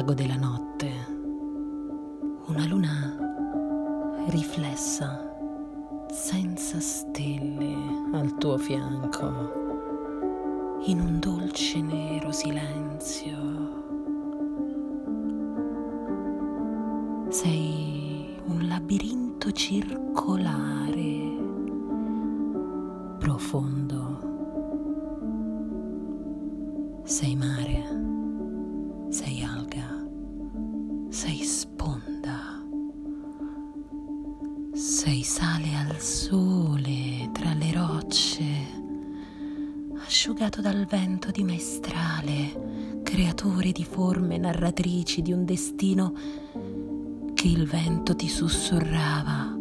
lago della notte, una luna riflessa, senza stelle al tuo fianco, in un dolce nero silenzio. Sei un labirinto circolare, profondo. Sei mare, sei alga, sei sponda, sei sale al sole tra le rocce, asciugato dal vento di maestrale, creatore di forme narratrici di un destino che il vento ti sussurrava.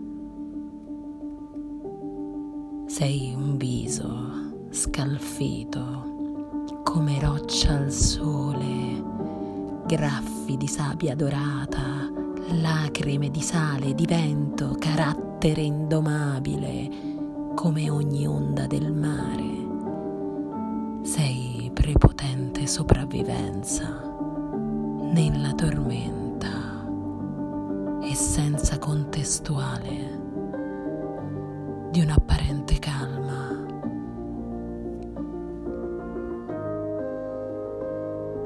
Sei un viso scalfito come roccia al sole, graffi di sabbia dorata, lacrime di sale, di vento, carattere indomabile come ogni onda del mare. Sei prepotente sopravvivenza nella tormenta, essenza contestuale di un'apparente calma.